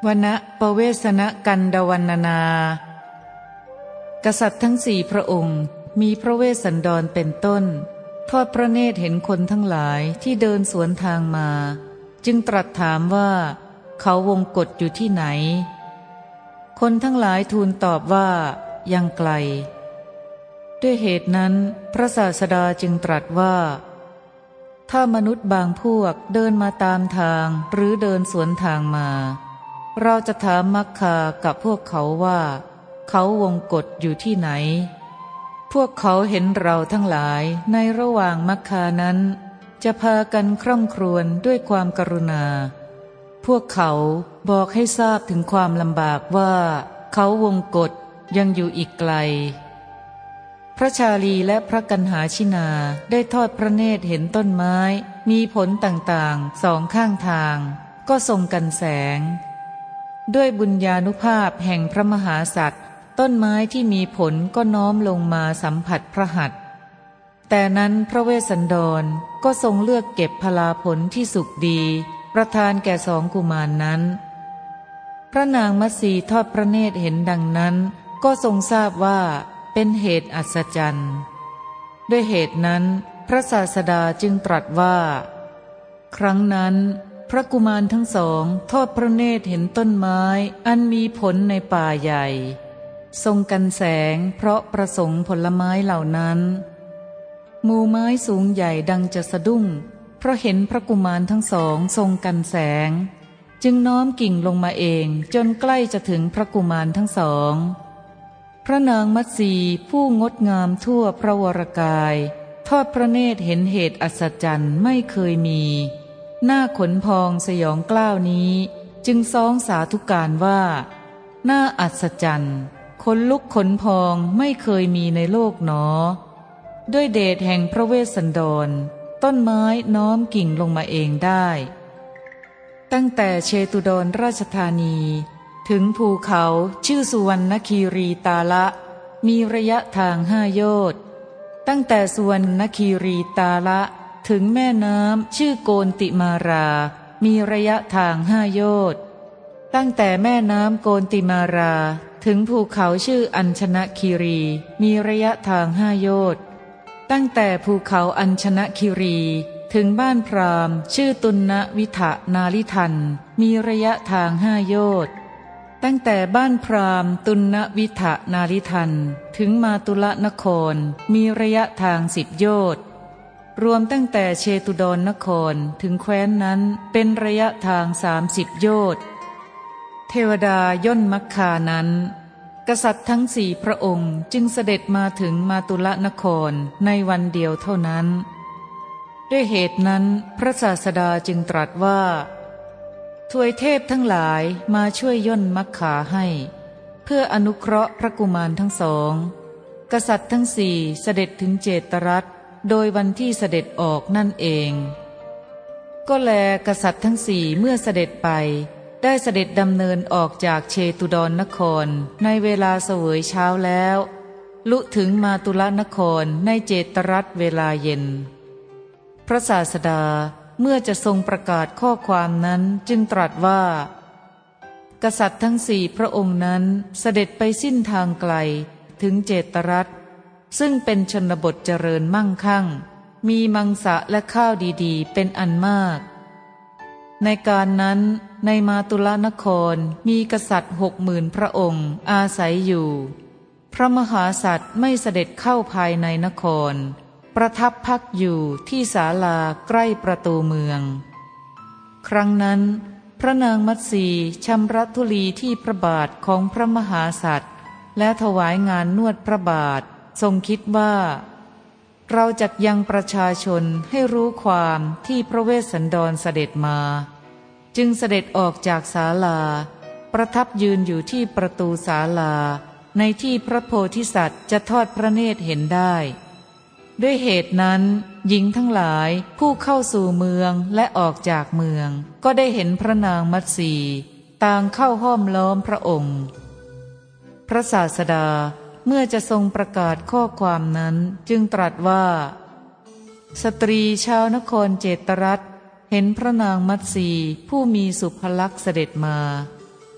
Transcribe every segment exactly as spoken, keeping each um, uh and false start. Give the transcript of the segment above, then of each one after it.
วนะปเวสนกันดวรรณนากษัตริย์ทั้งสี่พระองค์มีพระเวสสันดรเป็นต้นทอดพระเนตรเห็นคนทั้งหลายที่เดินสวนทางมาจึงตรัสถามว่าเขาวงกฏอยู่ที่ไหนคนทั้งหลายทูลตอบว่ายังไกลด้วยเหตุนั้นพระศาสดาจึงตรัสว่าถ้ามนุษย์บางพวกเดินมาตามทางหรือเดินสวนทางมาเราจะถามมัคคากับพวกเขาว่าเขาวงกฏอยู่ที่ไหนพวกเขาเห็นเราทั้งหลายในระหว่างมัคคานั้นจะพากันคร่ำครวญด้วยความกรุณาพวกเขาบอกให้ทราบถึงความลำบากว่าเขาวงกฏยังอยู่อีกไกลพระชาลีและพระกันหาชินาได้ทอดพระเนตรเห็นต้นไม้มีผลต่างๆสองข้างทางก็ทรงกันแสงด้วยบุญญานุภาพแห่งพระมหาสัตว์ต้นไม้ที่มีผลก็น้อมลงมาสัมผัสพระหัตถ์แต่นั้นพระเวสสันดรก็ทรงเลือกเก็บพลาผลที่สุกดีประทานแก่สองกุมารนั้นพระนางมัตสีทอดพระเนตรเห็นดังนั้นก็ทรงทราบว่าเป็นเหตุอัศจรรย์ด้วยเหตุนั้นพระศาสดาจึงตรัสว่าครั้งนั้นพระกุมารทั้งสองทอดพระเนตรเห็นต้นไม้อันมีผลในป่าใหญ่ทรงกันแสงเพราะประสงค์ผลไม้เหล่านั้นหมู่ไม้สูงใหญ่ดังจะสะดุ้งเพราะเห็นพระกุมารทั้งสองทรงกันแสงจึงน้อมกิ่งลงมาเองจนใกล้จะถึงพระกุมารทั้งสองพระนางมัตสีผู้งดงามทั่วพระวรกายทอดพระเนตรเห็นเหตุอัศจรรย์ไม่เคยมีหน้าขนพองสยองกล้าวนี้จึงซ้องสาธุการว่าหน้าอัศจรรย์ขนลุกขนพองไม่เคยมีในโลกหนอด้วยเดชแห่งพระเวสสันดรต้นไม้น้อมกิ่งลงมาเองได้ตั้งแต่เชตุดรราชธานีถึงภูเขาชื่อสุวรรณคีรีตาละมีระยะทางห้าโยชน์ตั้งแต่สุวรรณคีรีตาละถึงแม่น้ำชื่อโกนติมารามีระยะทางห้าโยชน์ตั้งแต่แม่น้ำโกนติมาราถึงภูเขาชื่ออัญชนะคีรีมีระยะทางห้าโยชน์ตั้งแต่ภูเขาอัญชนะคีรีถึงบ้านพราหมณ์ชื่อตุณวิถนาลิทันมีระยะทางห้าโยชน์ตั้งแต่บ้านพราหมณ์ตุณวิถนาลิทันถึงมาตุลนครมีระยะทางสิบโยชน์รวมตั้งแต่เชตุดรนครถึงแคว้นนั้นเป็นระยะทางสามสิบโยชน์เทวดาย่นมัคคานั้นกษัตริย์ทั้งสี่พระองค์จึงเสด็จมาถึงมาตุลนครในวันเดียวเท่านั้นด้วยเหตุนั้นพระศาสดาจึงตรัสว่าทวยเทพทั้งหลายมาช่วยย่นมัคคาให้เพื่ออนุเคราะห์พระกุมารทั้งสองกษัตริย์ทั้งสี่เสด็จถึงเจตรัตน์โดยวันที่เสด็จออกนั่นเองก็แลกษัตริย์ทั้งสี่เมื่อเสด็จไปได้เสด็จดำเนินออกจากเชตุดรนครในเวลาเสวยเช้าแล้วลุถึงมาตุลนครในเจตรัตน์เวลาเย็นพระศาสดาเมื่อจะทรงประกาศข้อความนั้นจึงตรัสว่ากษัตริย์ทั้งสี่พระองค์นั้นเสด็จไปสิ้นทางไกลถึงเจตรัตน์ซึ่งเป็นชนบทเจริญมั่งคั่งมีมังสะและข้าวดีๆเป็นอันมากในการนั้นในมาตุลนครมีกษัตริย์หกหมื่นพระองค์อาศัยอยู่พระมหาสัตว์ไม่เสด็จเข้าภายในนครประทับพักอยู่ที่ศาลาใกล้ประตูเมืองครั้งนั้นพระนางมัตสีชำระธุลีที่พระบาทของพระมหาสัตว์และถวายงานนวดพระบาททรงคิดว่าเราจักยังประชาชนให้รู้ความที่พระเวสสันดรเสด็จมาจึงเสด็จออกจากศาลาประทับยืนอยู่ที่ประตูศาลาในที่พระโพธิสัตว์จะทอดพระเนตรเห็นได้ด้วยเหตุนั้นหญิงทั้งหลายผู้เข้าสู่เมืองและออกจากเมืองก็ได้เห็นพระนางมัตสีต่างเข้าห้อมล้อมพระองค์พระศาสดาเมื่อจะทรงประกาศข้อความนั้นจึงตรัสว่าสตรีชาวนครเจตรัตน์เห็นพระนางมัตสีผู้มีสุภลักษณ์เสด็จมา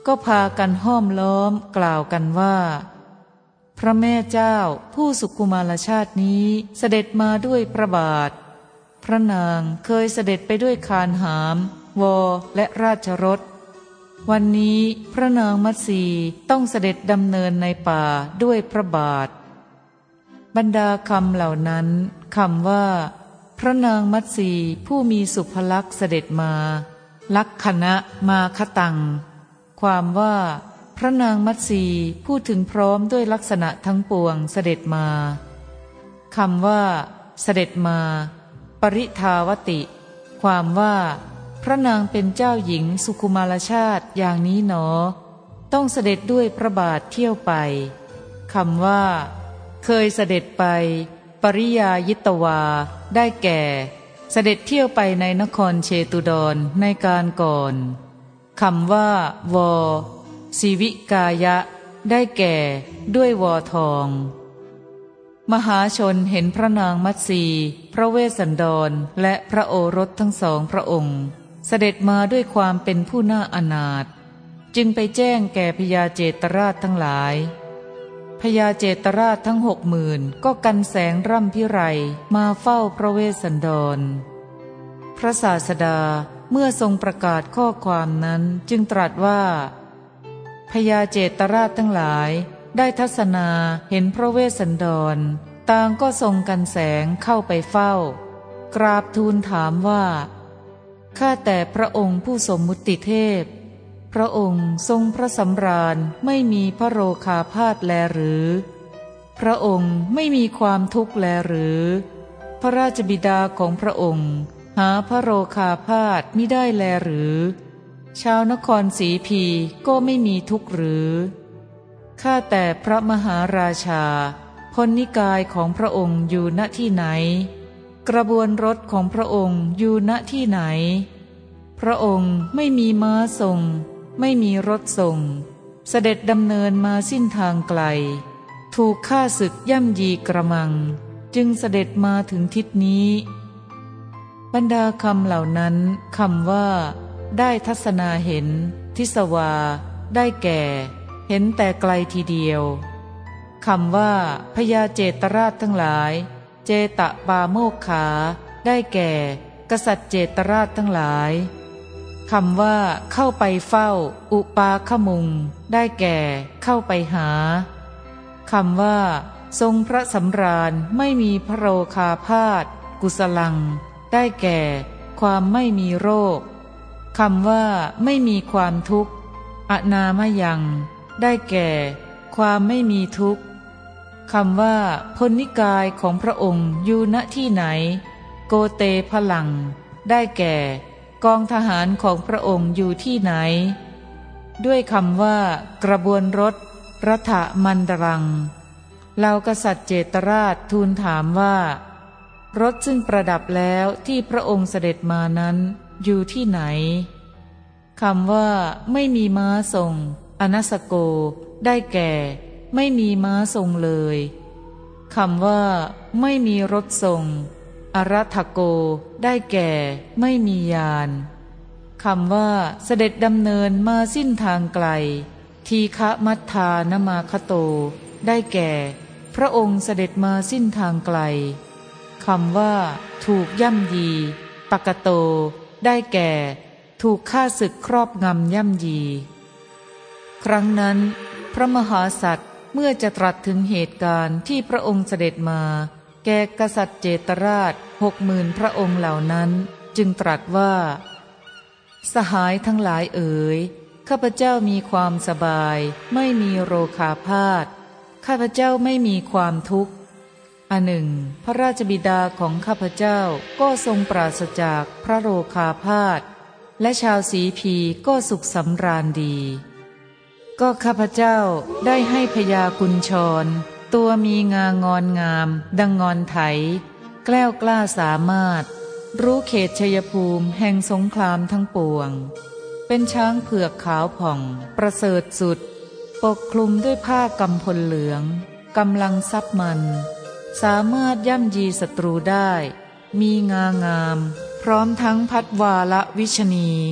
ก็พากันห้อมล้อมกล่าวกันว่าพระแม่เจ้าผู้สุกุมารชาตินี้เสด็จมาด้วยพระบาทพระนางเคยเสด็จไปด้วยคานหามวอและราชรถวันนี้พระนางมัตสีต้องเสด็จดำเนินในป่าด้วยพระบาทบรรดาคำเหล่านั้นคำว่าพระนางมัตสีผู้มีสุภลักษณ์เสด็จมาลักขณะมาคตังความว่าพระนางมัตสีพูดถึงพร้อมด้วยลักษณะทั้งปวงเสด็จมาคำว่าเสด็จมาปริทาวติ ความว่าพระนางเป็นเจ้าหญิงสุคุมารชาติอย่างนี้หนอต้องเสด็จด้วยพระบาทเที่ยวไปคำว่าเคยเสด็จไปปริยายิตวาได้แก่เสด็จเที่ยวไปในนครเชตุดรในการก่อนคำว่าวอสีวิกายะได้แก่ด้วยวอทองมหาชนเห็นพระนางมัตสีพระเวสสันดรและพระโอรสทั้งสองพระองค์เสด็จมาด้วยความเป็นผู้น่าอนาถจึงไปแจ้งแก่พญาเจตราชทั้งหลายพญาเจตราชทั้งหกหมื่นก็กันแสงร่ำพิไรมาเฝ้าพระเวสสันดรพระศาสดาเมื่อทรงประกาศข้อความนั้นจึงตรัสว่าพญาเจตราชทั้งหลายได้ทัศนาเห็นพระเวสสันดรต่างก็ทรงกันแสงเข้าไปเฝ้ากราบทูลถามว่าข้าแต่พระองค์ผู้สมมุติเทพพระองค์ทรงพระสำราญไม่มีพระโรคาพาธแลหรือพระองค์ไม่มีความทุกข์แลหรือพระราชบิดาของพระองค์หาพระโรคาพาธมิได้แลหรือชาวนครสีพีก็ไม่มีทุกข์หรือข้าแต่พระมหาราชาพลนิกายของพระองค์อยู่ณที่ไหนกระบวนรถของพระองค์อยู่ณที่ไหนพระองค์ไม่มีม้าทรงไม่มีรถทรงเสด็จดำเนินมาสิ้นทางไกลถูกข้าศึกย่ำยีกระมังจึงเสด็จมาถึงทิศนี้บรรดาคำเหล่านั้นคำว่าได้ทัศนาเห็นทิสวาได้แก่เห็นแต่ไกลทีเดียวคำว่าพญาเจตราชทั้งหลายเจตปาโมกขาได้แก่กษัตริย์เจตราชทั้งหลายคำว่าเข้าไปเฝ้าอุปาคมุงได้แก่เข้าไปหาคำว่าทรงพระสำราญไม่มีพระโรคาพาธกุสลังได้แก่ความไม่มีโรคคำว่าไม่มีความทุกข์อนามยังได้แก่ความไม่มีทุกข์คำว่าพลนิกายของพระองค์อยู่ณที่ไหนโกเตพลังได้แก่กองทหารของพระองค์อยู่ที่ไหนด้วยคำว่ากระบวนรถรัฐมันดรังเหล่ากษัตริย์เจตราชทูลถามว่ารถซึ่งประดับแล้วที่พระองค์เสด็จมานั้นอยู่ที่ไหนคำว่าไม่มีม้าทรงอนัสโกได้แก่ไม่มีม้าทรงเลยคำว่าไม่มีรถทรงอรัฐโกได้แก่ไม่มียานคำว่าเสด็จดำเนินมาสิ้นทางไกลทีฆะมัทธานมาคโตได้แก่พระองค์เสด็จมาสิ้นทางไกลคำว่าถูกย่ำยีปกโตได้แก่ถูกฆ่าศึกครอบงำย่ำยีครั้งนั้นพระมหาสัตว์เมื่อจะตรัสถึงเหตุการณ์ที่พระองค์เสด็จมาแก่กษัตริย์เจตราชหกหมื่นพระองค์เหล่านั้นจึงตรัสว่าสหายทั้งหลายเอ๋ยข้าพเจ้ามีความสบายไม่มีโรคาพาธข้าพเจ้าไม่มีความทุกข์อันหนึ่งพระราชบิดาของข้าพเจ้าก็ทรงปราศจากพระโรคาพาธและชาวสีพีก็สุขสำราญดีก็ข้าพเจ้าได้ให้พญากุญชรตัวมีงางอนงามดังงอนไถแกล้วกล้าสามารถรู้เขตชัยภูมิแห่งสงครามทั้งปวงเป็นช้างเผือกขาวผ่องประเสริฐสุดปกคลุมด้วยผ้ากำพลเหลืองกำลังซับมันสามารถย่ำยีศัตรูได้มีงางามพร้อมทั้งพัดวาละวิชนี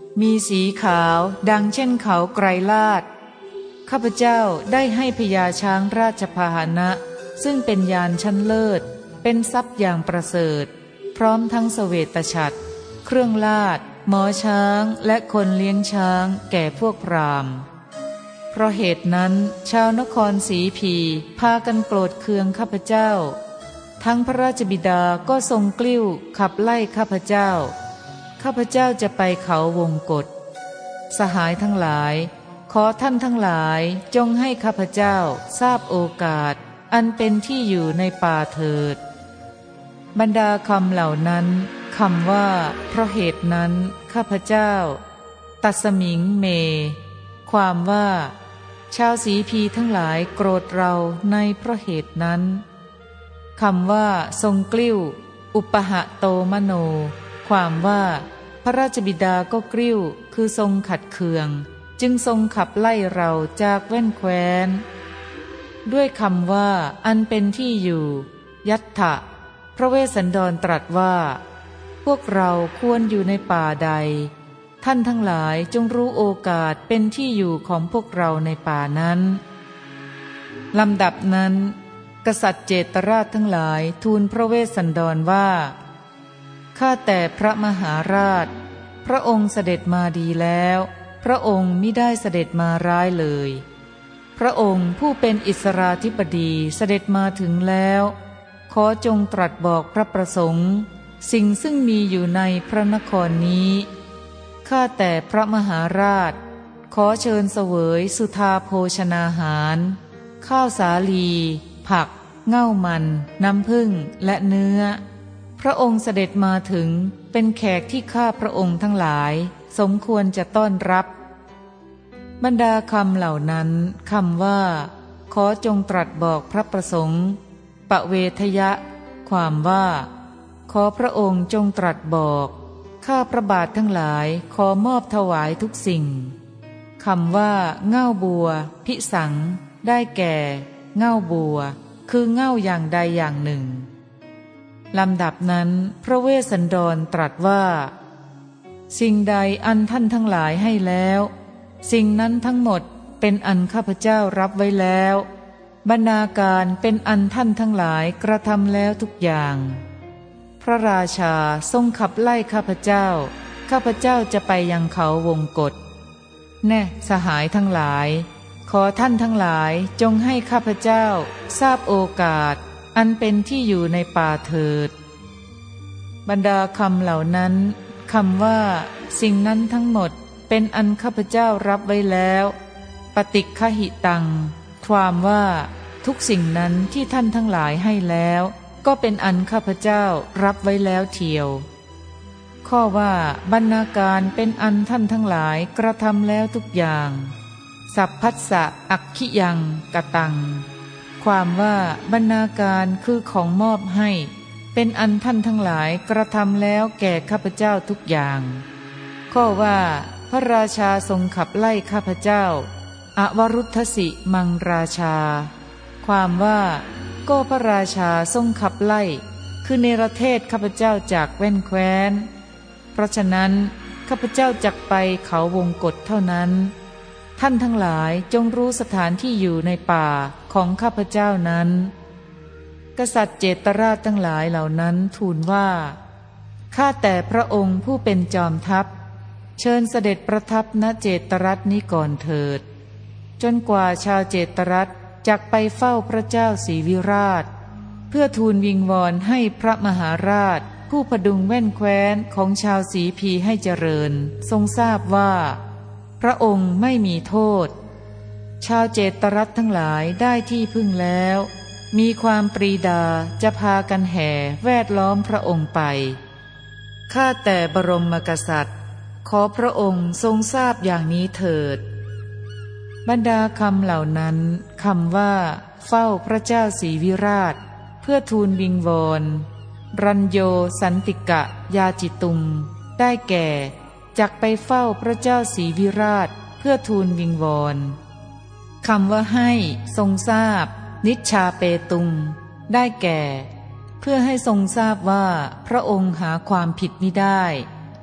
มีสีขาวดังเช่นเขาไกรลาดข้าพเจ้าได้ให้พญาช้างราชพาหนะซึ่งเป็นยานชั้นเลิศเป็นทรัพย์อย่างประเสริฐพร้อมทั้งเสวตฉัตรเครื่องลาดหมอช้างและคนเลี้ยงช้างแก่พวกพราหมณ์เพราะเหตุนั้นชาวนครสีพีพากันโกรธเคืองข้าพเจ้าทั้งพระราชบิดาก็ทรงกลิ้วขับไล่ข้าพเจ้าข้าพเจ้าจะไปเขาวงกฏสหายทั้งหลายขอท่านทั้งหลายจงให้ข้าพเจ้าทราบโอกาสอันเป็นที่อยู่ในป่าเถิดบรรดาคำเหล่านั้นคำว่าเพราะเหตุนั้นข้าพเจ้าตัสมิงเมความว่าชาวสีพีทั้งหลายโกรธเราในเพราะเหตุนั้นคำว่าทรงกลิ้วอุปหะโตมโนความว่าพระราชบิดาก็กลิ้วคือทรงขัดเคืองจึงทรงขับไล่เราจากแว่นแคว้นด้วยคำว่าอันเป็นที่อยู่ยัตถะพระเวสสันดรตรัสว่าพวกเราควรอยู่ในป่าใดท่านทั้งหลายจงรู้โอกาสเป็นที่อยู่ของพวกเราในป่านั้นลำดับนั้นกษัตริย์เจตราชทั้งหลายทูลพระเวสสันดรว่าข้าแต่พระมหาราชพระองค์เสด็จมาดีแล้วพระองค์มิได้เสด็จมาร้ายเลยพระองค์ผู้เป็นอิสราธิปดีเสด็จมาถึงแล้วขอจงตรัสบอกพระประสงค์สิ่งซึ่งมีอยู่ในพระนครนี้ข้าแต่พระมหาราชขอเชิญเสวยสุธาโภชนาหารข้าวสาลีผักเง่ามันน้ำผึ้งและเนื้อพระองค์เสด็จมาถึงเป็นแขกที่ข้าพระองค์ทั้งหลายสมควรจะต้อนรับบรรดาคำเหล่านั้นคำว่าขอจงตรัสบอกพระประสงค์ปเวทยะความว่าขอพระองค์จงตรัสบอกข้าพระบาททั้งหลายขอมอบถวายทุกสิ่งคำว่าเง่าบัวพิสังได้แก่เง่าบัวคือเง่าอย่างใดอย่างหนึ่งลำดับนั้นพระเวสสันดรตรัสว่าสิ่งใดอันท่านทั้งหลายให้แล้วสิ่งนั้นทั้งหมดเป็นอันข้าพเจ้ารับไว้แล้วบรรณาการเป็นอันท่านทั้งหลายกระทำแล้วทุกอย่างพระราชาทรงขับไล่ข้าพเจ้าข้าพเจ้าจะไปยังเขาวงกฏแน่สหายทั้งหลายขอท่านทั้งหลายจงให้ข้าพเจ้าทราบโอกาสอันเป็นที่อยู่ในป่าเถิดบรรดาคำเหล่านั้นคำว่าสิ่งนั้นทั้งหมดเป็นอันข้าพเจ้ารับไว้แล้วปฏิฆหิตังความว่าทุกสิ่งนั้นที่ท่านทั้งหลายให้แล้วก็เป็นอันข้าพเจ้ารับไว้แล้วเทียวข้อว่าบรรณาการเป็นอันท่านทั้งหลายกระทำแล้วทุกอย่างสัพพัสสะอักขิยังกตังความว่าบรรณาการคือของมอบให้เป็นอันท่านทั้งหลายกระทำแล้วแก่ข้าพเจ้าทุกอย่างข้อว่าพระราชาทรงขับไล่ข้าพเจ้าอวรุทธสิมังราชาความว่าก็พระราชาทรงขับไล่คือเนรเทศข้าพเจ้าจากแว่นแคว้นเพราะฉะนั้นข้าพเจ้าจักไปเขาวงกฏเท่านั้นท่านทั้งหลายจงรู้สถานที่อยู่ในป่าของข้าพเจ้านั้นกษัตริย์เจตราชทั้งหลายเหล่านั้นทูลว่าข้าแต่พระองค์ผู้เป็นจอมทัพเชิญเสด็จประทับณเจตรัตน์นี้ก่อนเถิดจนกว่าชาวเจตรัตน์จักไปเฝ้าพระเจ้าศรีวิราชเพื่อทูลวิงวอนให้พระมหาราชผู้พดุงแว่นแคว้นของชาวสีพีให้เจริญทรงทราบว่าพระองค์ไม่มีโทษชาวเจตรัตน์ทั้งหลายได้ที่พึ่งแล้วมีความปรีดาจะพากันแห่แวดล้อมพระองค์ไปข้าแต่บรมกษัตริย์ขอพระองค์ทรงทราบอย่างนี้เถิดบรรดาคำเหล่านั้นคำว่าเฝ้าพระเจ้าศรีวิราชเพื่อทูลวิงวอนรัญโยสันติกะยาจิตุงได้แก่จักไปเฝ้าพระเจ้าศรีวิราชเพื่อทูลวิงวอนคำว่าให้ทรงทราบนิชชาเปตุงได้แก่เพื่อให้ทรงทราบว่าพระองค์หาความผิดมิได้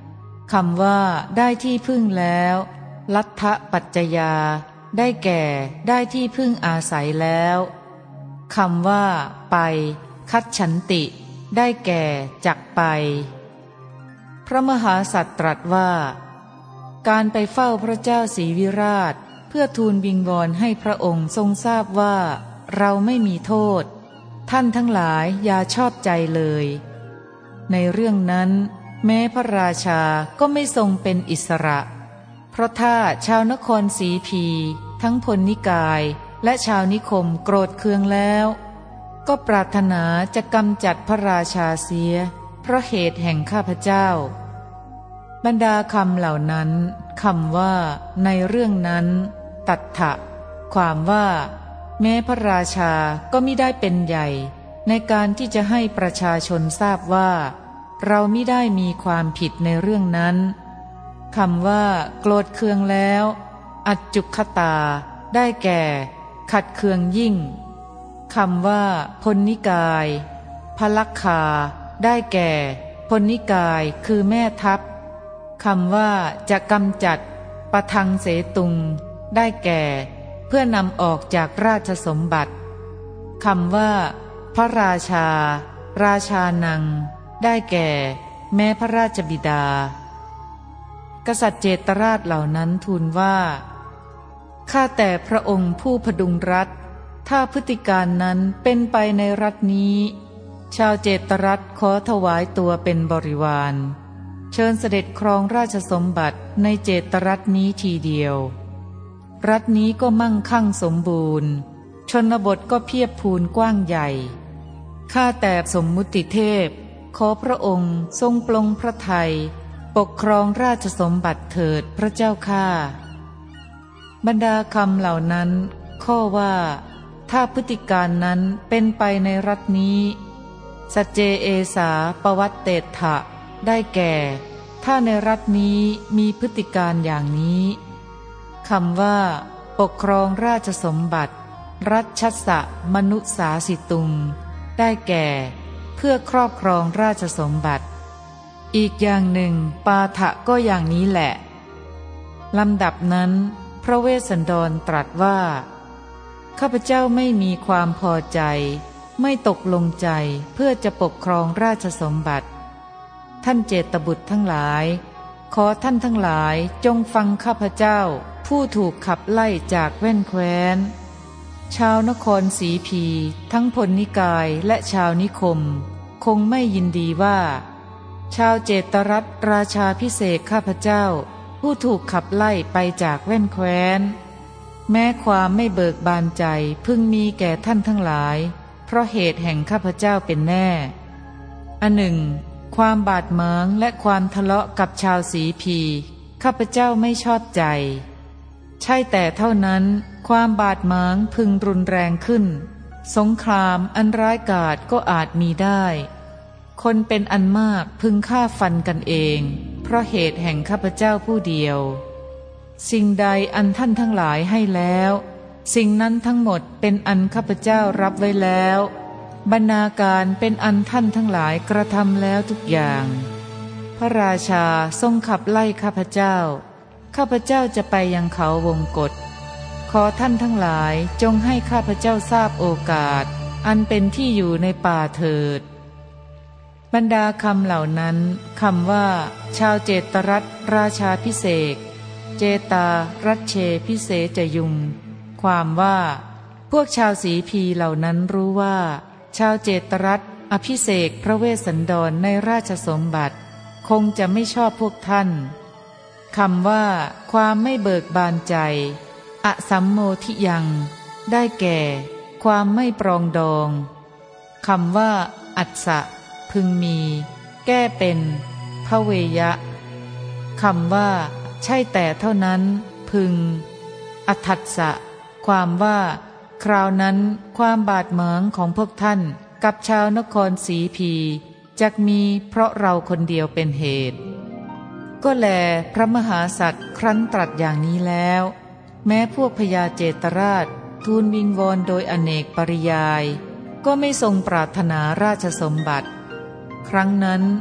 คำว่าได้ที่พึ่งแล้วลัทธปัจจยาได้แก่ได้ที่พึ่งอาศัยแล้วคำว่าไปคัจฉันติได้แก่จักไปพระมหาสัตว์ตรัสว่าการไปเฝ้าพระเจ้าศรีวิราชเพื่อทูลวิงวอนให้พระองค์ทรงทราบว่าเราไม่มีโทษท่านทั้งหลายอย่าชอบใจเลยในเรื่องนั้นแม้พระราชาก็ไม่ทรงเป็นอิสระเพราะถ้าชาวนครศรีพีทั้งพลนิกายและชาวนิคมโกรธเคืองแล้วก็ปรารถนาจะกำจัดพระราชาเสียเพราะเหตุแห่งข้าพเจ้าบรรดาคำเหล่านั้นคำว่าในเรื่องนั้นตัทธะความว่าแม้พระราชาก็มิได้เป็นใหญ่ในการที่จะให้ประชาชนทราบว่าเรามิได้มีความผิดในเรื่องนั้นคำว่าโกรธเคืองแล้วอัจจุคตาได้แก่ขัดเคืองยิ่งคำว่าพลนิกายพลักคาได้แก่พลนิกายคือแม่ทัพคำว่าจะกำจัดปะทังเสตุงได้แก่เพื่อนำออกจากราชสมบัติคำว่าพระราชาราชานังได้แก่แม้พระราชบิดากษัตริย์เจตราชเหล่านั้นทูลว่าข้าแต่พระองค์ผู้พดุงรัฐถ้าพฤติการนั้นเป็นไปในรัฐนี้ชาวเจตรัฐขอถวายตัวเป็นบริวารเชิญเสด็จครองราชสมบัติในเจตรัฐนี้ทีเดียวรัฐนี้ก็มั่งคั่งสมบูรณ์ชนบทก็เพียบพูนกว้างใหญ่ข้าแต่สมมุติเทพขอพระองค์ทรงปลงพระทัยปกครองราชสมบัติเถิดพระเจ้าข้าบรรดาคำเหล่านั้นข้อว่าถ้าพฤติการนั้นเป็นไปในรัฐนี้สัจเจเอสาปวัตเตถะได้แก่ถ้าในรัฐนี้มีพฤติการอย่างนี้คำว่าปกครองราชสมบัติรัชสะมนุสาสิตุงได้แก่เพื่อครอบครองราชสมบัติอีกอย่างหนึ่งปาฐะก็อย่างนี้แหละลำดับนั้นพระเวสสันดรตรัสว่าข้าพเจ้าไม่มีความพอใจไม่ตกลงใจเพื่อจะปกครองราชสมบัติท่านเจตบุตรทั้งหลายขอท่านทั้งหลายจงฟังข้าพเจ้าผู้ถูกขับไล่จากแว่นแคว้นชาวนครศรีพีทั้งพลนิกายและชาวนิคมคงไม่ยินดีว่าชาวเจตรัฐราชาพิเศษข้าพเจ้าผู้ถูกขับไล่ไปจากแว่นแคว้นแม้ความไม่เบิกบานใจพึงมีแก่ท่านทั้งหลายเพราะเหตุแห่งข้าพเจ้าเป็นแน่อันหนึ่งความบาดหมางและความทะเลาะกับชาวศรีพีข้าพเจ้าไม่ชอบใจใช่แต่เท่านั้นความบาดหมางพึงรุนแรงขึ้นสงครามอันร้ายกาจก็อาจมีได้คนเป็นอันมากพึงฆ่าฟันกันเองเพราะเหตุแห่งข้าพเจ้าผู้เดียวสิ่งใดอันท่านทั้งหลายให้แล้วสิ่งนั้นทั้งหมดเป็นอันข้าพเจ้ารับไว้แล้วบรรณาการเป็นอันท่านทั้งหลายกระทำแล้วทุกอย่างพระราชาทรงขับไล่ข้าพเจ้าข้าพเจ้าจะไปยังเขาวงกฏขอท่านทั้งหลายจงให้ข้าพเจ้าทราบโอกาสอันเป็นที่อยู่ในป่าเถิดบรรดาคำเหล่านั้นคำว่าชาวเจตรัฐราชาพิเศษเจตารัชเชพิเศษจยุงความว่าพวกชาวศรีพีเหล่านั้นรู้ว่าชาวเจตรัฐอภิเษกพระเวสสันดรในราชสมบัติคงจะไม่ชอบพวกท่านคำว่าความไม่เบิกบานใจอสัมโมทิยังได้แก่ความไม่ปรองดองคำว่าอัสสะพึงมีแก้เป็นภเวยะคำว่าใช่แต่เท่านั้นพึงอัทัสสะความว่าคราวนั้นความบาดหมางของพวกท่านกับชาวนครศรีพีจักมีเพราะเราคนเดียวเป็นเหตุก็แลพระมหาสัตว์ครั้นตรัสอย่างนี้แล้วแม้พวกพญาเจตราชทูลวิงวอนโดยอเนกปริยายก็ไม่ทรงปรารถนาราชสมบัติครั้งนั้นพ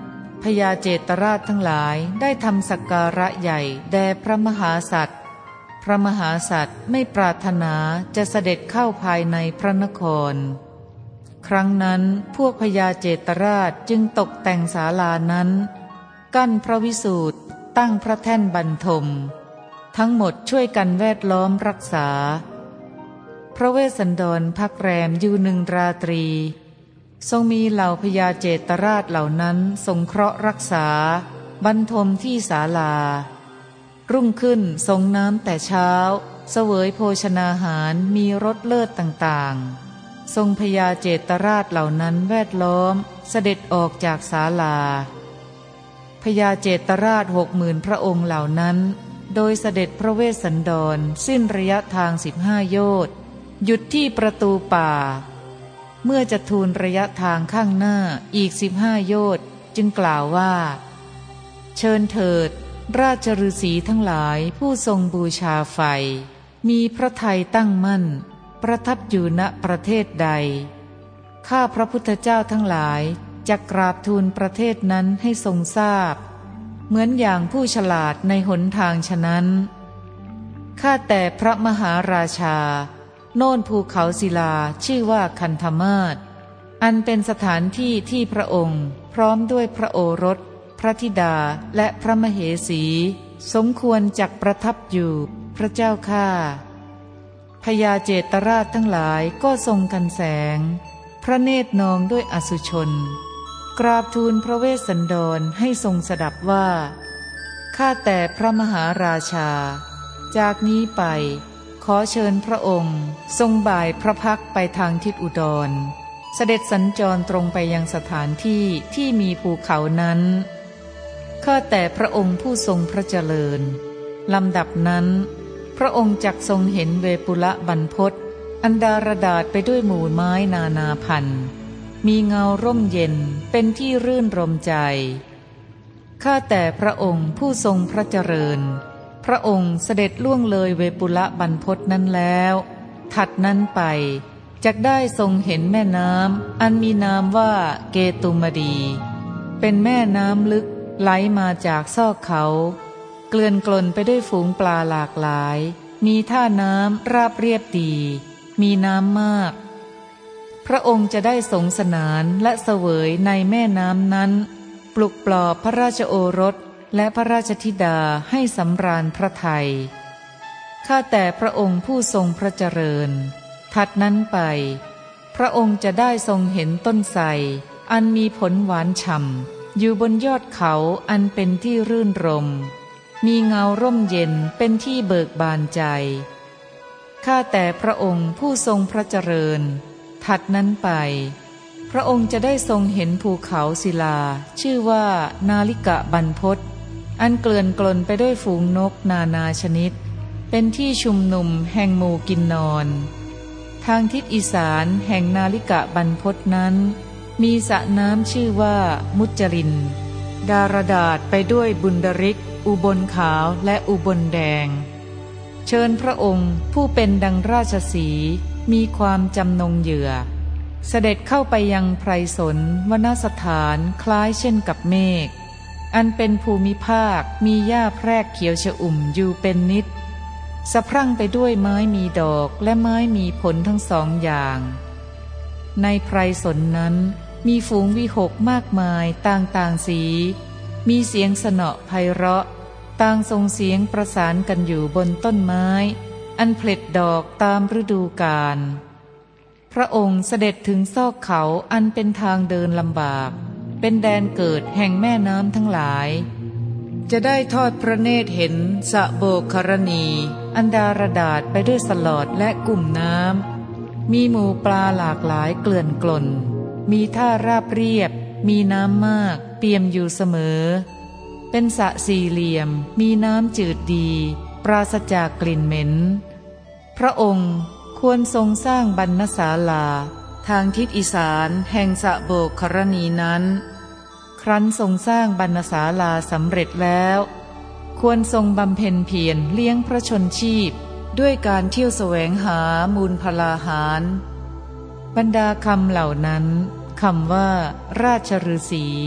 พญาเจตราชทั้งหลายได้ทำสักการะใหญ่แด่พระมหาสัตว์พระมหาสัตว์ไม่ปรารถนาจะเสด็จเข้าภายในพระนครครั้งนั้นพวกพญาเจตราชจึงตกแต่งศาลานั้นกั้นพระวิสูตรตั้งพระแท่นบรรทมทั้งหมดช่วยกันแวดล้อมรักษาพระเวสสันดรพักแรมอยู่หนึ่งราตรีทรงมีเหล่าพญาเจตราชเหล่านั้นสงเคราะห์รักษาบรรทมที่ศาลารุ่งขึ้นทรงน้ำแต่เช้าเสวยโภชนาหารมีรสเลิศต่างๆทรงพญาเจตราชเหล่านั้นแวดล้อมเสด็จออกจากศาลาพญาเจตราชหกหมื่นพระองค์เหล่านั้นโดยเสด็จพระเวสสันดรสิ้นระยะทางสิบห้าโยชน์หยุดที่ประตูป่าเมื่อจะทูลระยะทางข้างหน้าอีกสิบห้าโยชน์จึงกล่าวว่าเชิญเถิดราชฤาษีทั้งหลายผู้ทรงบูชาไฟมีพระทัยตั้งมั่นประทับอยู่ณประเทศใดข้าพระพุทธเจ้าทั้งหลายจะกราบทูลประเทศนั้นให้ทรงทราบเหมือนอย่างผู้ฉลาดในหนทางฉะนั้นข้าแต่พระมหาราชาโน่นภูเขาศิลาชื่อว่าคันธมาศอันเป็นสถานที่ที่พระองค์พร้อมด้วยพระโอรสพระธิดาและพระมเหสีสมควรจักประทับอยู่พระเจ้าข้าพญาเจตราชทั้งหลายก็ทรงกันแสงพระเนตรนองด้วยอสุชนกราบทูลพระเวสสันดรให้ทรงสดับว่าข้าแต่พระมหาราชาจากนี้ไปขอเชิญพระองค์ทรงบ่ายพระพักตร์ไปทางทิศอุดรเสด็จสัญจรตรงไปยังสถานที่ที่มีภูเขานั้นข้าแต่พระองค์ผู้ทรงพระเจริญลำดับนั้นพระองค์จักทรงเห็นเวปุละบรรพตอันดารดาษไปด้วยหมู่ไม้นานาพันธุ์มีเงาร่มเย็นเป็นที่รื่นรมใจข้าแต่พระองค์ผู้ทรงพระเจริญพระองค์เสด็จล่วงเลยเวปุละบรรพตนั้นแล้วถัดนั้นไปจักได้ทรงเห็นแม่น้ำอันมีนามว่าเกตุมดีเป็นแม่น้ำลึกไหลมาจากซอกเขาเกลื่อนกล่นไปด้วยฝูงปลาหลากหลายมีท่าน้ำราบเรียบดีมีน้ำมากพระองค์จะได้สงสนานและเสวยในแม่น้ำนั้นปลุกปลอบพระราชโอรสและพระราชธิดาให้สำราญพระทัยข้าแต่พระองค์ผู้ทรงพระเจริญถัดนั้นไปพระองค์จะได้ทรงเห็นต้นไทรอันมีผลหวานฉ่ำอยู่บนยอดเขาอันเป็นที่รื่นรมมีเงาร่มเย็นเป็นที่เบิกบานใจข้าแต่พระองค์ผู้ทรงพระเจริญถัดนั้นไปพระองค์จะได้ทรงเห็นภูเขาศิลาชื่อว่านาลิกะบรรพตอันเกลื่อนกลนไปด้วยฝูงนกนานาชนิดเป็นที่ชุมนุมแห่งหมู่กินนอนทางทิศอีสานแห่งนาลิกะบรรพตนั้นมีสระน้ำชื่อว่ามุจจรินดารดาษไปด้วยบุญดริกอุบลขาวและอุบลแดงเชิญพระองค์ผู้เป็นดังราชสีห์มีความจำนงเหยื่อเสด็จเข้าไปยังไพรสนวนสถานคล้ายเช่นกับเมฆอันเป็นภูมิภาคมีหญ้าแพรกเขียวชอุ่มอยู่เป็นนิดสะพรั่งไปด้วยไม้มีดอกและไม้มีผลทั้งสองอย่างในไพรสนนั้นมีฝูงวิหกมากมายต่างๆสีมีเสียงสนอไพเราะต่างส่งเสียงประสานกันอยู่บนต้นไม้อันผลิดอกตามฤดูกาลพระองค์เสด็จถึงซอกเขาอันเป็นทางเดินลำบากเป็นแดนเกิดแห่งแม่น้ำทั้งหลายจะได้ทอดพระเนตรเห็นสะโบกครณีอันดารดาษไปด้วยสลอดและกุ่มน้ำมีหมู่ปลาหลากหลายเกลื่อนกล่นมีท่าราบเรียบมีน้ำมากเปี่ยมอยู่เสมอเป็นสระสี่เหลี่ยมมีน้ำจืดดีปราศจากกลิ่นเหม็นพระองค์ควรทรงสร้างบรรณศาลาทางทิศอีสานแห่งสะโบกครณีนั้นครั้นทรงสร้างบรรณศาลาสำเร็จแล้วควรทรงบำเพ็ญเพียรเลี้ยงพระชนชีพด้วยการเที่ยวแสวงหามูลพลาหารบรรดาคำเหล่านั้นคำว่าราชฤาษี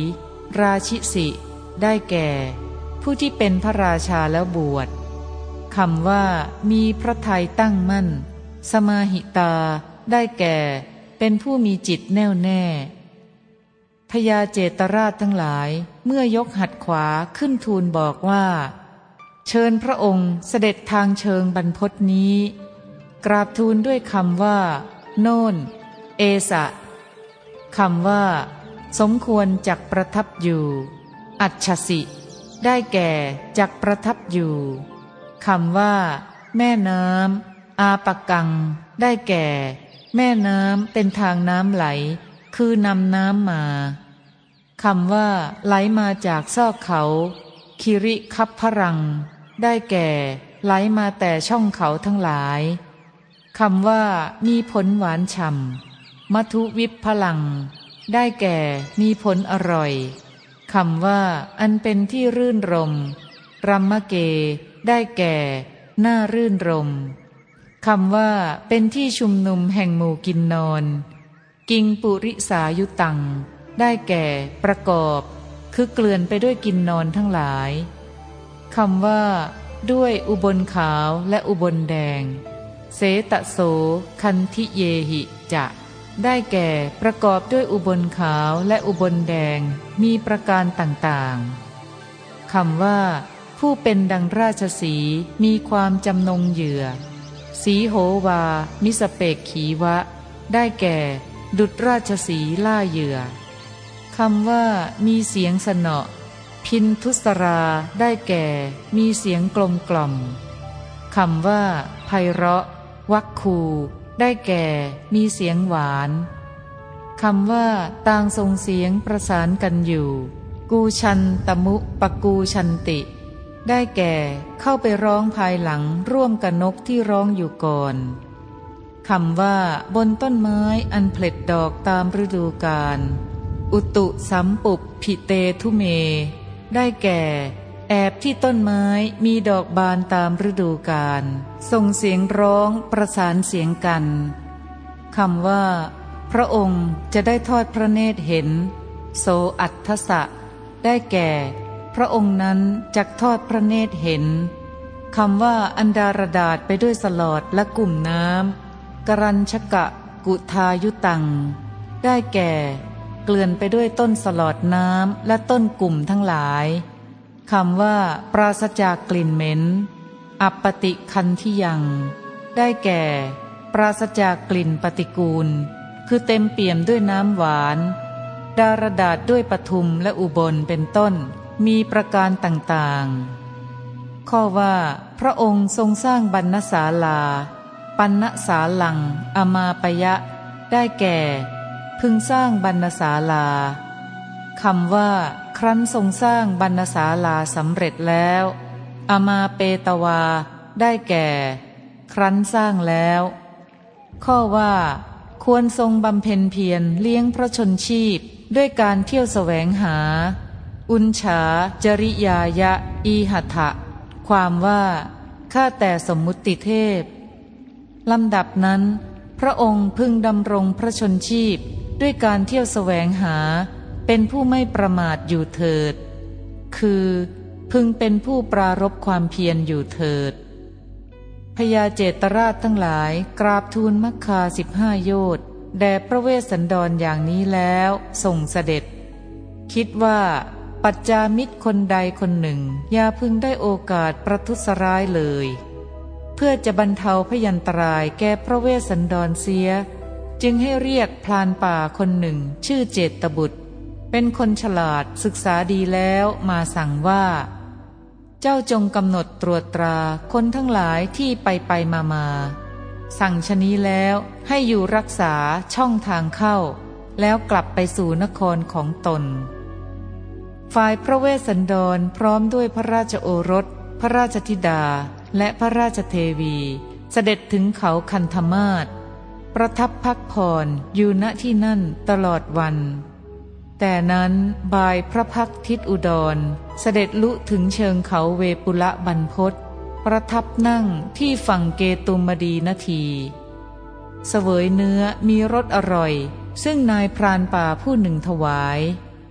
ราชิสิได้แก่ ผู้ที่เป็นพระราชาแล้วบวชคำว่ามีพระทัยตั้งมั่นสมาหิตาได้แก่ เป็นผู้มีจิตแน่วแน่พญาเจตราชทั้งหลายเมื่อยกหัดขวาขึ้นทูลบอกว่าเชิญพระองค์เสด็จทางเชิงบรรพตนี้กราบทูลด้วยคำว่าโน่นเอสะคำว่าสมควรจักประทับอยู่อัจฉสิได้แก่จักประทับอยู่คำว่าแม่น้ำอาปะกังได้แก่ แม่น้ำเป็นทางน้ำไหลคือนำน้ำมาคำว่าไหลมาจากซอกเขาคิริคัพพรังได้แก่ไหลมาแต่ช่องเขาทั้งหลายคำว่ามีผลหวานฉ่ำมัทุวิปพลังได้แก่มีผลอร่อยคำว่าอันเป็นที่รื่นรมรัมมะเกได้แก่น่ารื่นรมคำว่าเป็นที่ชุมนุมแห่งหมู่กินนอนกิงปุริสายุตังได้แก่ประกอบคือเกลื่อนไปด้วยกินนอนทั้งหลายคำว่าด้วยอุบลขาวและอุบลแดงเสตโสคันธิเยหิจะได้แก่ประกอบด้วยอุบลขาวและอุบลแดงมีประการต่างๆคำว่าผู้เป็นดังราชสีห์มีความจำนงเหยื่อสีโหวามิสเปกขีวะได้แก่ดุจราชสีห์ล่าเหยื่อคำว่ามีเสียงสนอพินทุสราได้แก่มีเสียงกลมกล่อมคำว่าไพเราะวักคูได้แก่มีเสียงหวานคำว่าต่างทรงเสียงประสานกันอยู่กูชันตมุปกูชันติได้แก่เข้าไปร้องภายหลังร่วมกับนกที่ร้องอยู่ก่อนคำว่าบนต้นไม้อันผลิดอกตามฤดูกาลอุตุสัมปุปพิเตทุเมได้แก่แอบที่ต้นไม้มีดอกบานตามฤดูกาลส่งเสียงร้องประสานเสียงกันคำว่าพระองค์จะได้ทอดพระเนตรเห็นโสอัตถสะได้แก่พระองค์นั้นจักทอดพระเนตรเห็นคำว่าอันดารดาษไปด้วยสลอดและกลุ่มน้ำกรัญชกะกุทายุตังได้แก่เกลื่อนไปด้วยต้นสลอดน้ำและต้นกลุ่มทั้งหลายคำว่าปราศจากกลิ่นเหม็นอัปปติคันธิยังได้แก่ปราศจากกลิ่นปฏิกูลคือเต็มเปี่ยมด้วยน้ำหวานดารดาษด้วยปทุมและอุบลเป็นต้นมีประการต่างๆข้อว่าพระองค์ทรงสร้างบรรณศาลาปันณศาลังอมาปยะได้แก่พึงสร้างบรรณศาลาคำว่าครั้นทรงสร้างบรรณศาลาสำเร็จแล้วอมาเปตวาได้แก่ ครั้นสร้างแล้ว ข้อว่าควรทรงบำเพ็ญเพียรเลี้ยงพระชนชีพด้วยการเที่ยวแสวงหาอุญฉาจริยายะอีหัตถะความว่าข้าแต่สมมุติเทพลำดับนั้นพระองค์พึงดำรงพระชนชีพด้วยการเที่ยวแสวงหาเป็นผู้ไม่ประมาทอยู่เถิดคือพึงเป็นผู้ปรารภความเพียรอยู่เถิดพญาเจตราชทั้งหลายกราบทูลมัคคาสิบห้าโยชน์แด่พระเวสสันดรอย่างนี้แล้วส่งเสด็จคิดว่าปัจจามิตรคนใดคนหนึ่งอย่าพึงได้โอกาสประทุษร้ายเลยเพื่อจะบรรเทาพยันตรายแก่พระเวสสันดรเสียจึงให้เรียกพรานป่าคนหนึ่งชื่อเจตบุตรเป็นคนฉลาดศึกษาดีแล้วมาสั่งว่าเจ้าจงกำหนดตรวจตราคนทั้งหลายที่ไปไปมามาสั่งชะนี้แล้วให้อยู่รักษาช่องทางเข้าแล้วกลับไปสู่นครของตนฝ่ายพระเวสสันดรพร้อมด้วยพระราชโอรสพระราชธิดาและพระราชเทวีเสด็จถึงเขาคันธมาศประทับพักผ่อนอยู่ณที่นั่นตลอดวันแต่นั้นบ่ายพระพักทิศอุดรเสด็จลุถึงเชิงเขาเวปุละบรรพตประทับนั่งที่ฝั่งเกตุมดีนาทีเสวยเนื้อมีรสอร่อยซึ่งนายพรานป่าผู้หนึ่งถวาย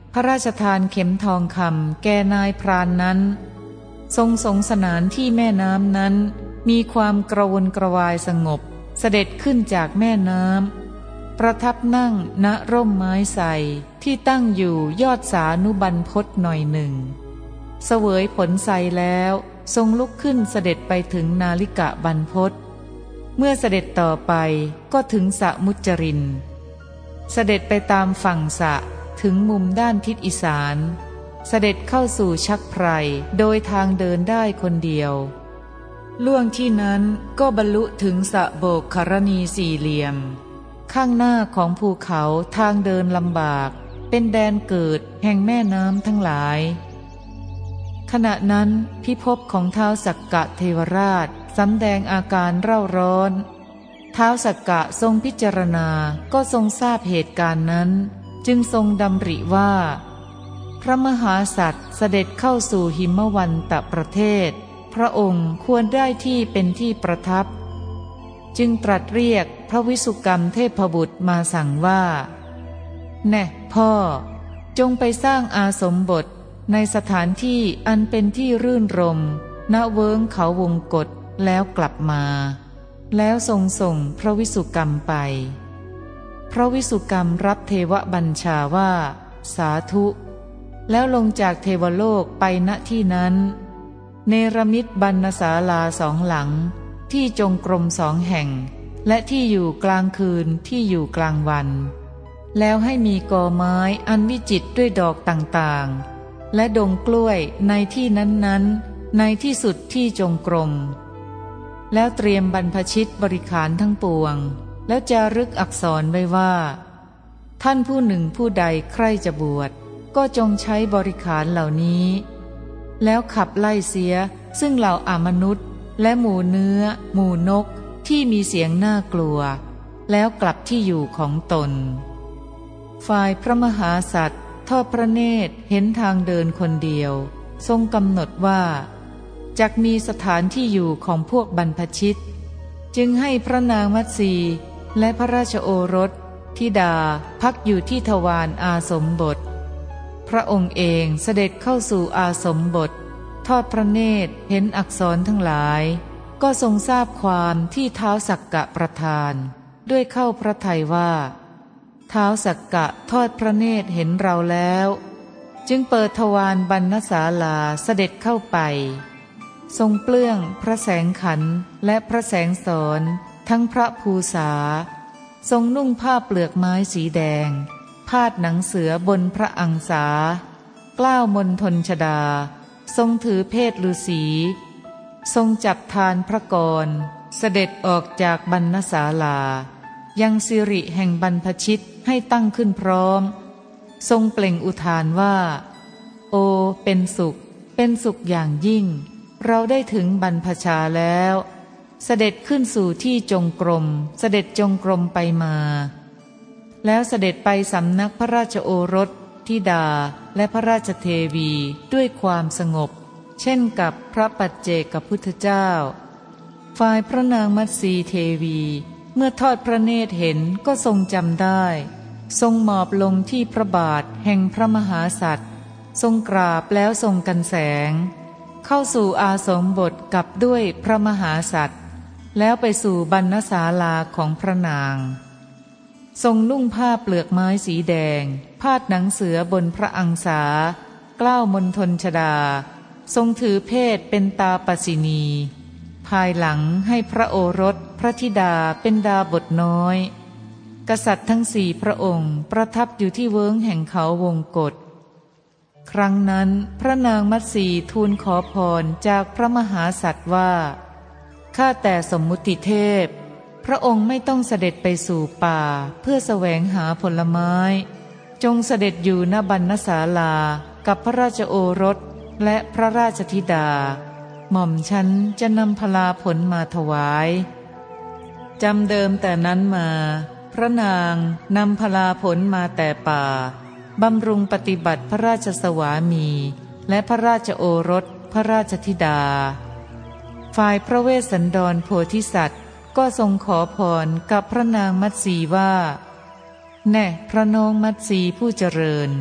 พระราชทานเข็มทองคำแก่นายพรานนั้นทรงสงสนานที่แม่น้ำนั้นมีความกระวนกระวายสงบเสด็จขึ้นจากแม่น้ำประทับนั่งณร่มไม้ไทรที่ตั้งอยู่ยอดสานุบรรพตหน่อยหนึ่งเสวยผลไทรแล้วทรงลุกขึ้นเสด็จไปถึงนาลิกะบรรพตเมื่อเสด็จต่อไปก็ถึงสระมุจรินเสด็จไปตามฝั่งสระถึงมุมด้านทิศอีสานเสด็จเข้าสู่ชักไพรโดยทางเดินได้คนเดียวล่วงที่นั้นก็บรรลุถึงสระโบกครณีสี่เหลี่ยมข้างหน้าของภูเขาทางเดินลำบากเป็นแดนเกิดแห่งแม่น้ำทั้งหลายขณะนั้นพิภพของท้าวสักกะเทวราชสำแดงอาการเร่าร้อนท้าวสักกะทรงพิจารณาก็ทรงทราบเหตุการณ์นั้นจึงทรงดำริว่าพระมหาสัตว์เสด็จเข้าสู่หิมวันตประเทศพระองค์ควรได้ที่เป็นที่ประทับจึงตรัสเรียกพระวิสุกรรมเทพบุตรมาสั่งว่าแน่พ่อจงไปสร้างอาสมบทในสถานที่อันเป็นที่รื่นรมณเวิ้งเขาวงกฏแล้วกลับมาแล้วทรงส่งพระวิสุกรรมไปพระวิสุกรรมรับเทวบัญชาว่าสาธุแล้วลงจากเทวโลกไปณที่นั้นเนรมิตบรรณศาลาสองหลังที่จงกรมสองแห่งและที่อยู่กลางคืนที่อยู่กลางวันแล้วให้มีกอไม้อันวิจิตรด้วยดอกต่างๆและดงกล้วยในที่นั้นๆในที่สุดที่จงกรมแล้วเตรียมบรรพชิตบริขารทั้งปวงแล้วจารึกอักษรไว้ว่าท่านผู้หนึ่งผู้ใดใคร่จะบวชก็จงใช้บริขารเหล่านี้แล้วขับไล่เสียซึ่งเหล่าอามนุษย์และหมู่เนื้อหมู่นกที่มีเสียงน่ากลัวแล้วกลับที่อยู่ของตนฝ่ายพระมหาสัตว์ทอดพระเนตรเห็นทางเดินคนเดียวทรงกำหนดว่าจักมีสถานที่อยู่ของพวกบรรพชิตจึงให้พระนางมัตสีและพระราชโอรสธิดาพักอยู่ที่ทวารอาสมบทพระองค์เองเสด็จเข้าสู่อาสมบททอดพระเนตรเห็นอักษรทั้งหลายก็ทรงทราบความที่ท้าวสักกะประทานด้วยเข้าพระทัยว่าท้าวสักกะทอดพระเนตรเห็นเราแล้วจึงเปิดทวารบรรณศาลาเสด็จเข้าไปทรงเปลื้องพระแสงขันธ์และพระแสงสอนทั้งพระภูษาทรงนุ่งผ้าเปลือกไม้สีแดงพาดหนังเสือบนพระอังสากล้าวมณฑลชดาทรงถือเพศฤาษีทรงจับทานพระกรเสด็จออกจากบรรณศาลายังสิริแห่งบรรพชิตให้ตั้งขึ้นพร้อมทรงเปล่งอุทานว่าโอเป็นสุขเป็นสุขอย่างยิ่งเราได้ถึงบรรพชาแล้วเสด็จขึ้นสู่ที่จงกรมเสด็จจงกรมไปมาแล้วเสด็จไปสำนักพระราชโอรสธิดาและพระราชเทวีด้วยความสงบเช่นกับพระปัจเจกพุทธเจ้าฝ่ายพระนางมัตสีเทวีเมื่อทอดพระเนตรเห็นก็ทรงจำได้ทรงหมอบลงที่พระบาทแห่งพระมหาสัตว์ทรงกราบแล้วทรงกันแสงเข้าสู่อาสมบทกับด้วยพระมหาสัตว์แล้วไปสู่บรรณศาลาของพระนางทรงนุ่งผ้าเปลือกไม้สีแดงพาดหนังเสือบนพระอังสากล้าวมณฑลชดาทรงถือเพศเป็นตาปสินีภายหลังให้พระโอรสพระธิดาเป็นดาบทน้อยกษัตริย์ทั้งสี่พระองค์ประทับอยู่ที่เวิ้งแห่งเขาวงกฏครั้งนั้นพระนางมัตสีทูลขอพรจากพระมหาสัตว์ว่าข้าแต่สมมุติเทพพระองค์ไม่ต้องเสด็จไปสู่ป่าเพื่อแสวงหาผลไม้จงเสด็จอยู่ณบรรณศาลากับพระราชโอรสและพระราชธิดาหม่อมฉันจะนำพลาผลมาถวายจำเดิมแต่นั้นมาพระนางนำพลาผลมาแต่ป่าบำรุงปฏิบัติพระราชสวามีและพระราชโอรสพระราชธิดาฝ่ายพระเวสสันดรโพธิสัตว์ก็ทรงขอพรกับพระนางมัตสีว่าแน่พระน้องมัตสีผู้เจริญ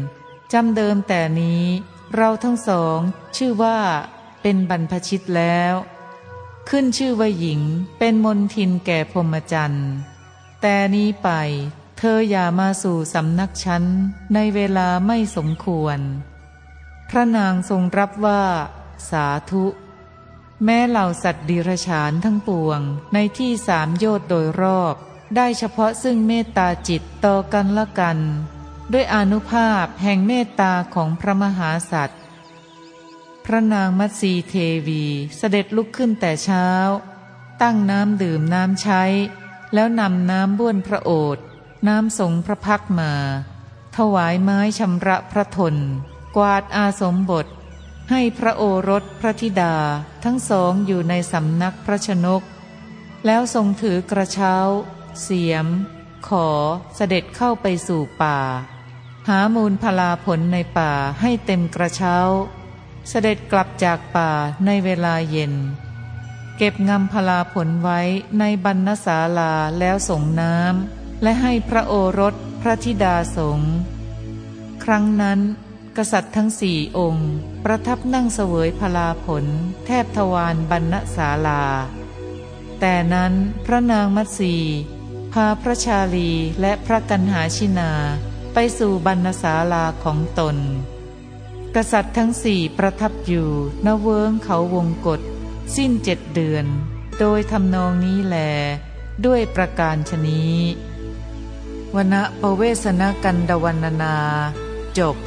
จำเดิมแต่นี้เราทั้งสองชื่อว่าเป็นบรรพชิตแล้ว ขึ้นชื่อว่าหญิงเป็นมนทินแก่พรหมจรรย์แต่นี้ไปเธออย่ามาสู่สำนักฉันในเวลาไม่สมควรพระนางทรงรับว่าสาธุแม้เหล่าสัตว์ดิรัจฉานทั้งปวงในที่สามโยชน์โดยรอบได้เฉพาะซึ่งเมตตาจิตต่อกันละกันด้วยอานุภาพแห่งเมตตาของพระมหาสัตว์พระนางมัตสีเทวีเสด็จลุกขึ้นแต่เช้าตั้งน้ำดื่มน้ำใช้แล้วนำน้ำบ้วนพระโอษฐ์น้ำสงพระพักมาถวายไม้ชำระพระทนกวาดอาสมบทให้พระโอรสพระธิดาทั้งสองอยู่ในสำนักพระชนกแล้วทรงถือกระเช้าเสียมขอเสด็จเข้าไปสู่ป่าหามูลพลาผลในป่าให้เต็มกระเช้าเสด็จกลับจากป่าในเวลาเย็นเก็บงำพลาผลไว้ในบรรณศาลาแล้วส่งน้ำและให้พระโอรสพระธิดาสงฆ์ครั้งนั้นกษัตริย์ทั้งสี่องค์ประทับนั่งเสวยพลาผลแทบทวารบรรณศาลาแต่นั้นพระนางมัตสีพาพระชาลีและพระกันหาชินาไปสู่บรรณศาลาของตนกษัตริย์ทั้งสี่ประทับอยู่ณเวิ้งเขาวงกฏสิ้นเจ็ดเดือนโดยทำนองนี้แลด้วยประการฉนี้วณปเวสนกันดวรรณนาจบ